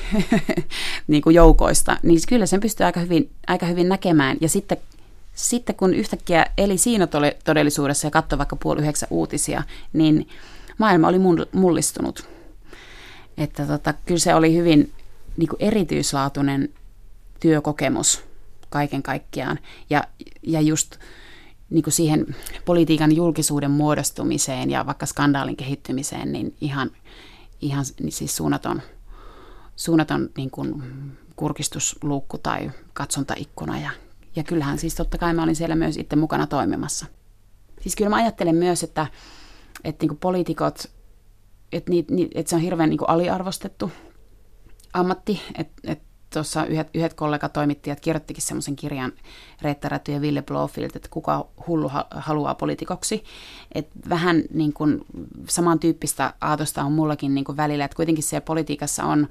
niin kuin joukoista, niin kyllä sen pystyy aika hyvin, aika hyvin näkemään. Ja sitten, sitten kun yhtäkkiä eli siinä todellisuudessa ja katsoi vaikka puoli yhdeksän uutisia, niin maailma oli mullistunut. Että tota, kyllä se oli hyvin, niin kuin erityislaatuinen työkokemus kaiken kaikkiaan. Ja, ja just niin kuin siihen politiikan julkisuuden muodostumiseen ja vaikka skandaalin kehittymiseen, niin ihan, ihan siis suunnaton, suunnaton niin kuin kurkistusluukku tai katsontaikkuna. Ja, ja kyllähän siis totta kai mä olin siellä myös itse mukana toimimassa. Siis kyllä mä ajattelen myös, että, että niin kuin poliitikot, että, niit, että se on hirveän niin kuin aliarvostettu ammatti, että, että tuossa yhdet, yhdet kollegatoimittajat kirjoittikin semmoisen kirjan, Reetta Räty ja Ville Blofield, että kuka hullu haluaa poliitikoksi. Et vähän niin kuin samantyyppistä aatosta on mullakin niin kuin välillä, että kuitenkin siellä politiikassa on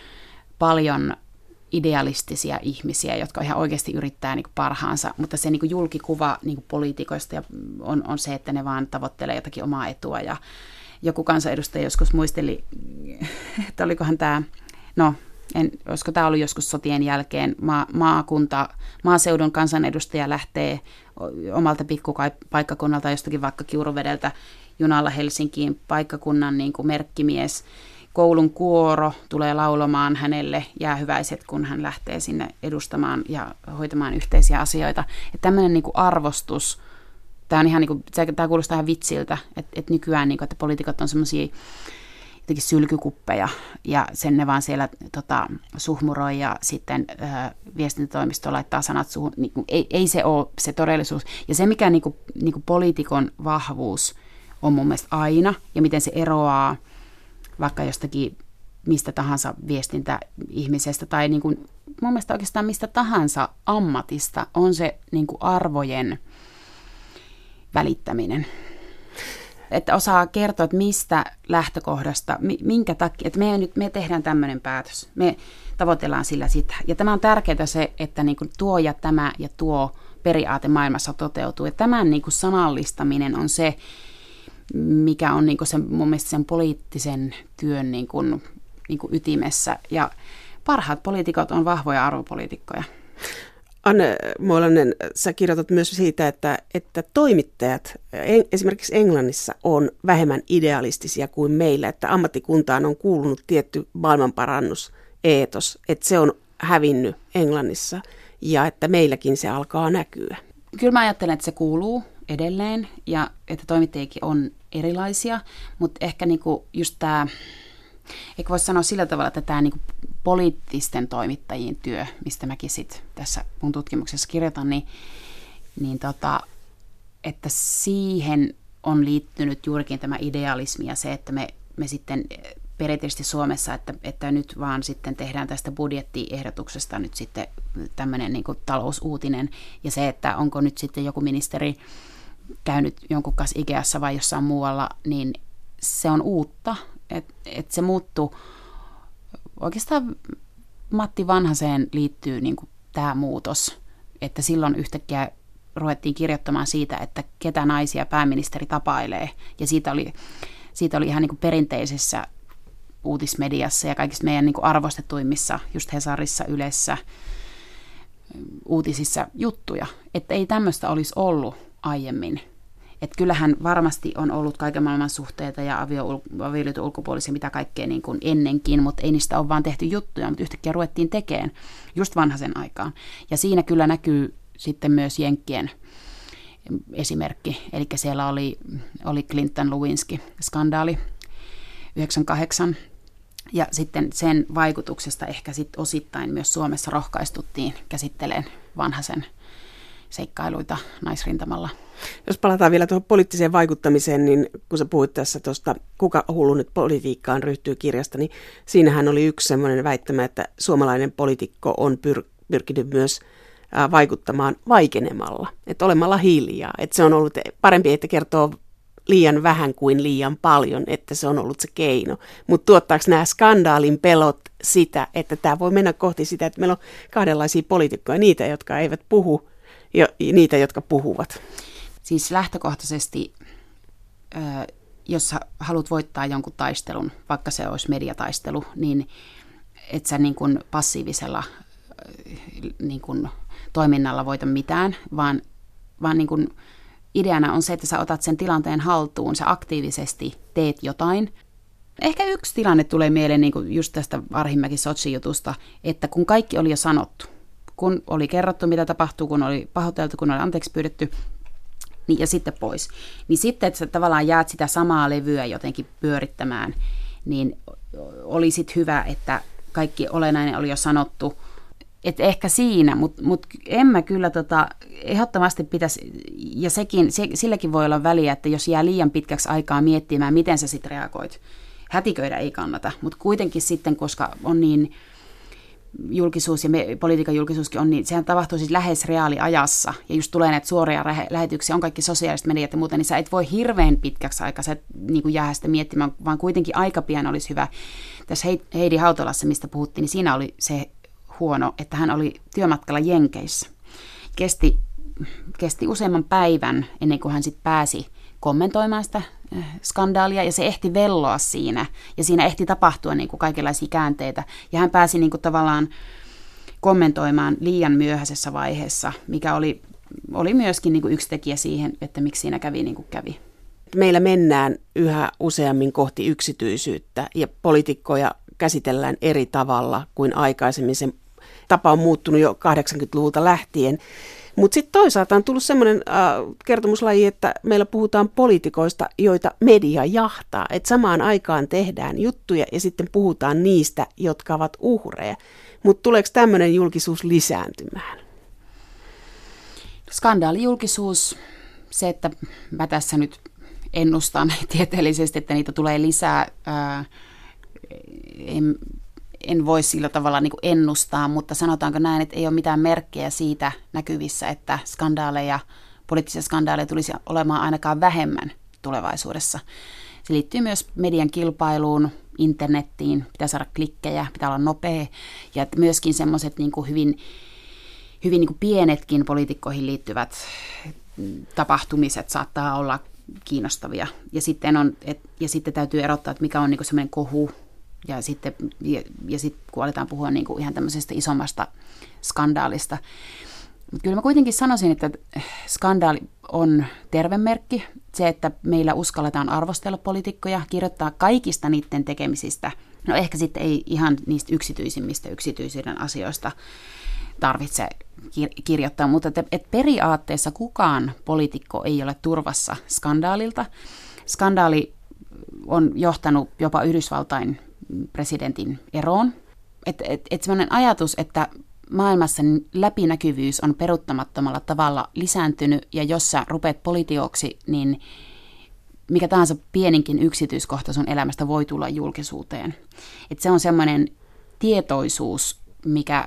paljon idealistisia ihmisiä, jotka ihan oikeasti yrittää niin kuin parhaansa, mutta se niin kuin julkikuva niin kuin poliitikoista on, on se, että ne vaan tavoittelee jotakin omaa etua. Ja joku kansanedustaja joskus muisteli, että olikohan tämä, no en, olisiko tämä ollut joskus sotien jälkeen, ma, maakunta, maaseudun kansanedustaja lähtee omalta pikkupaikkakunnalta jostakin vaikka Kiuruvedeltä junalla Helsinkiin, paikkakunnan niin kuin merkkimies, koulun kuoro tulee laulamaan hänelle jäähyväiset, kun hän lähtee sinne edustamaan ja hoitamaan yhteisiä asioita. Että tämmöinen niin kuin arvostus, tämä on ihan niin kuin, tämä kuulostaa ihan vitsiltä, että, että nykyään niin kuin, että poliitikot on semmoisia jotenkin sylkykuppeja ja sen ne vaan siellä tota, suhmuroi ja sitten ää, viestintätoimisto laittaa sanat suhun. Niin kuin, ei, ei se ole se todellisuus. Ja se, mikä niin kuin, niin kuin poliitikon vahvuus on mun mielestä aina ja miten se eroaa vaikka jostakin mistä tahansa viestintäihmisestä tai niin kuin, mun mielestä oikeastaan mistä tahansa ammatista on se niin kuin arvojen välittäminen. Että osaa kertoa, että mistä lähtökohdasta, minkä takia, että me, nyt, me tehdään tämmöinen päätös, me tavoitellaan sillä sitä. Ja tämä on tärkeää se, että niin kuin tuo ja tämä ja tuo periaate maailmassa toteutuu. Ja tämän niin kuin sanallistaminen on se, mikä on niin kuin sen, mun mielestä sen poliittisen työn niin kuin, niin kuin ytimessä. Ja parhaat poliitikot on vahvoja arvopoliitikkoja. Anne Moilanen, sä kirjoitat myös siitä, että, että toimittajat esimerkiksi Englannissa on vähemmän idealistisia kuin meillä, että ammattikuntaan on kuulunut tietty maailmanparannuseetos, että se on hävinnyt Englannissa ja että meilläkin se alkaa näkyä. Kyllä mä ajattelen, että se kuuluu edelleen ja että toimittajikin on erilaisia, mutta ehkä niinku just tämä, eikö voisi sanoa sillä tavalla, että tämä niinku poliittisten toimittajien työ, mistä mäkin sit tässä mun tutkimuksessa kirjoitan, niin, niin tota, että siihen on liittynyt juurikin tämä idealismi ja se, että me, me sitten perinteisesti Suomessa, että, että nyt vaan sitten tehdään tästä budjettiehdotuksesta nyt sitten tämmöinen niin kuin talousuutinen ja se, että onko nyt sitten joku ministeri käynyt jonkun kanssa Ikeassa vai jossain muualla, niin se on uutta, että et se muuttuu. Oikeastaan Matti Vanhaseen liittyy niin kuin tämä muutos, että silloin yhtäkkiä ruvettiin kirjoittamaan siitä, että ketä naisia pääministeri tapailee. Ja siitä oli, siitä oli ihan niin kuin perinteisessä uutismediassa ja kaikissa meidän niin kuin arvostetuimmissa, just Hesarissa, Ylessä, uutisissa juttuja. Että ei tämmöistä olisi ollut aiemmin. Että kyllähän varmasti on ollut kaiken maailman suhteita ja avioliiton ulkopuolisia mitä kaikkea niin kuin ennenkin, mutta ei niistä ole vaan tehty juttuja, mutta yhtäkkiä ruvettiin tekemään just Vanhasen aikaan. Ja siinä kyllä näkyy sitten myös Jenkkien esimerkki, eli siellä oli, oli Clinton-Lewinsky-skandaali yhdeksänkymmentäkahdeksan, ja sitten sen vaikutuksesta ehkä sitten osittain myös Suomessa rohkaistuttiin käsittelemään Vanhasen seikkailuita naisrintamalla. Jos palataan vielä tuohon poliittiseen vaikuttamiseen, niin kun sä puhuit tässä tuosta Kuka hullu nyt politiikkaan ryhtyy -kirjasta, niin siinähän oli yksi semmoinen väittämä, että suomalainen poliitikko on pyr- pyrkinyt myös ää, vaikuttamaan vaikenemalla, että olemalla hiljaa. Että se on ollut parempi, että kertoo liian vähän kuin liian paljon, että se on ollut se keino. Mutta tuottaako nämä skandaalin pelot sitä, että tämä voi mennä kohti sitä, että meillä on kahdenlaisia poliitikkoja, niitä, jotka eivät puhu, ja niitä, jotka puhuvat? Siis lähtökohtaisesti, jos sä haluat voittaa jonkun taistelun, vaikka se olisi mediataistelu, niin et sä niin kuin passiivisella niin kuin toiminnalla voita mitään, vaan, vaan niin kuin ideana on se, että sä otat sen tilanteen haltuun, sä aktiivisesti teet jotain Ehkä yksi tilanne tulee mieleen niin kuin just tästä Arhimäki-Sotsi-jutusta, että kun kaikki oli jo sanottu, kun oli kerrottu, mitä tapahtuu, kun oli pahoiteltu, kun oli anteeksi pyydetty, niin, ja sitten pois. Niin sitten, että sä tavallaan jäät sitä samaa levyä jotenkin pyörittämään, niin oli sitten hyvä, että kaikki olennainen oli jo sanottu. Että ehkä siinä, mutta mut en mä kyllä tota, ehdottomasti pitäisi, ja sekin, se, silläkin voi olla väliä, että jos jää liian pitkäksi aikaa miettimään, miten sä sitten reagoit. Hätiköidä ei kannata, mutta kuitenkin sitten, koska on niin julkisuus ja me, politiikan julkisuuskin on, niin sehän tapahtuu siis lähes reaaliajassa, ja just tulee näitä suoria lähetyksiä, on kaikki sosiaaliset mediat ja muuta, niin sä et voi hirveän pitkäksi aikaa sä et niin kuin jää sitä miettimään, vaan kuitenkin aika pian olisi hyvä. Tässä Heidi Hautolassa, mistä puhuttiin, niin siinä oli se huono, että hän oli työmatkalla Jenkeissä. Kesti, kesti useamman päivän ennen kuin hän sitten pääsi kommentoimaan sitä skandaalia, ja se ehti velloa siinä, ja siinä ehti tapahtua niin kuin kaikenlaisia käänteitä, ja hän pääsi niin kuin tavallaan kommentoimaan liian myöhäisessä vaiheessa, mikä oli, oli myöskin niin kuin yksi tekijä siihen, että miksi siinä kävi niin kuin kävi. Meillä mennään yhä useammin kohti yksityisyyttä, ja poliitikkoja käsitellään eri tavalla kuin aikaisemmin. Se tapa on muuttunut jo kahdeksankymmentäluvulta lähtien. Mutta sitten toisaalta on tullut semmoinen äh, kertomuslaji, että meillä puhutaan poliitikoista, joita media jahtaa. Että samaan aikaan tehdään juttuja ja sitten puhutaan niistä, jotka ovat uhreja. Mutta tuleeko tämmöinen julkisuus lisääntymään? Skandaalijulkisuus, se, että mä tässä nyt ennustan tieteellisesti, että niitä tulee lisää, ää, en, en voi sillä tavalla niin kuin ennustaa, mutta sanotaanko näin, että ei ole mitään merkkejä siitä näkyvissä, että skandaaleja, poliittisia skandaaleja tulisi olemaan ainakaan vähemmän tulevaisuudessa. Se liittyy myös median kilpailuun, internettiin, pitää saada klikkejä, pitää olla nopea, ja että myöskin semmoiset niin kuin hyvin, hyvin niin kuin pienetkin poliitikkoihin liittyvät tapahtumiset saattaa olla kiinnostavia. Ja sitten, on, et, ja sitten täytyy erottaa, että mikä on niin kuin semmoinen kohu, ja sitten, ja, ja sitten kun aletaan puhua niin kuin ihan tämmöisestä isommasta skandaalista. Mutta kyllä mä kuitenkin sanoisin, että skandaali on terve merkki. Se, että meillä uskalletaan arvostella poliitikkoja, kirjoittaa kaikista niiden tekemisistä. No ehkä sitten ei ihan niistä yksityisimmistä yksityisyyden asioista tarvitse kir- kirjoittaa, mutta että, että periaatteessa kukaan poliitikko ei ole turvassa skandaalilta. Skandaali on johtanut jopa Yhdysvaltain presidentin eroon. Että et, et sellainen ajatus, että maailmassa läpinäkyvyys on peruuttamattomalla tavalla lisääntynyt, ja jos sä rupeat poliitikoksi, niin mikä tahansa pieninkin yksityiskohta sun elämästä voi tulla julkisuuteen. Et se on semmoinen tietoisuus, mikä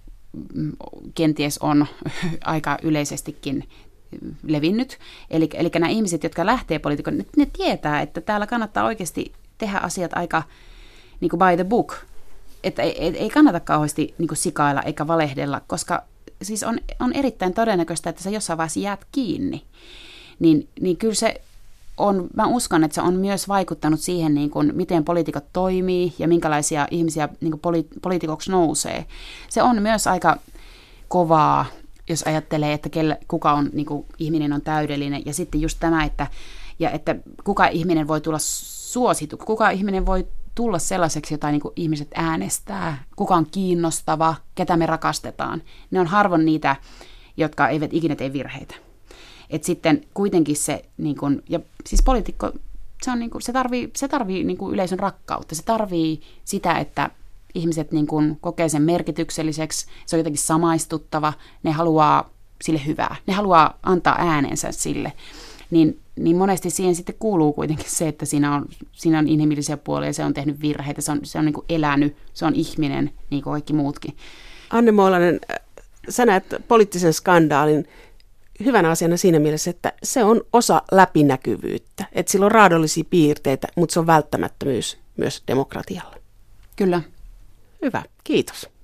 kenties on aika yleisestikin levinnyt. Eli, eli nämä ihmiset, jotka lähtee poliitikoon, ne, ne tietää, että täällä kannattaa oikeasti tehdä asiat aika niin kuin by the book. Että ei, ei kannata kauheasti niin kuin sikailla eikä valehdella, koska siis on, on erittäin todennäköistä, että sä jossain vaiheessa jäät kiinni. Niin, niin kyllä se on, mä uskon, että se on myös vaikuttanut siihen, niin kuin, miten poliitikot toimii ja minkälaisia ihmisiä niin kuin poli, poliitikoksi nousee. Se on myös aika kovaa, jos ajattelee, että kelle, kuka on, niin kuin, ihminen on täydellinen. Ja sitten just tämä, että, ja että kuka ihminen voi tulla suositu, kuka ihminen voi tulla sellaiseksi, jota niin kuin ihmiset äänestää, kuka on kiinnostava, ketä me rakastetaan. Ne on harvoin niitä, jotka eivät ikinä tee virheitä. Et sitten kuitenkin se, niin kun, ja siis poliitikko, se, on niin kun, se tarvii, se tarvii niin kun yleisön rakkautta, se tarvii sitä, että ihmiset niin kun kokee sen merkitykselliseksi, se on jotenkin samaistuttava, ne haluaa sille hyvää, ne haluaa antaa äänensä sille. Niin, niin monesti siihen sitten kuuluu kuitenkin se, että siinä on, siinä on inhimillisiä puolia, se on tehnyt virheitä, se on, se on niin kun elänyt, se on ihminen, niin kuin kaikki muutkin. Anne Moilanen, sä näet poliittisen skandaalin hyvänä asiana siinä mielessä, että se on osa läpinäkyvyyttä. Että sillä on raadollisia piirteitä, mutta se on välttämättömyys myös demokratialle. Kyllä. Hyvä, kiitos.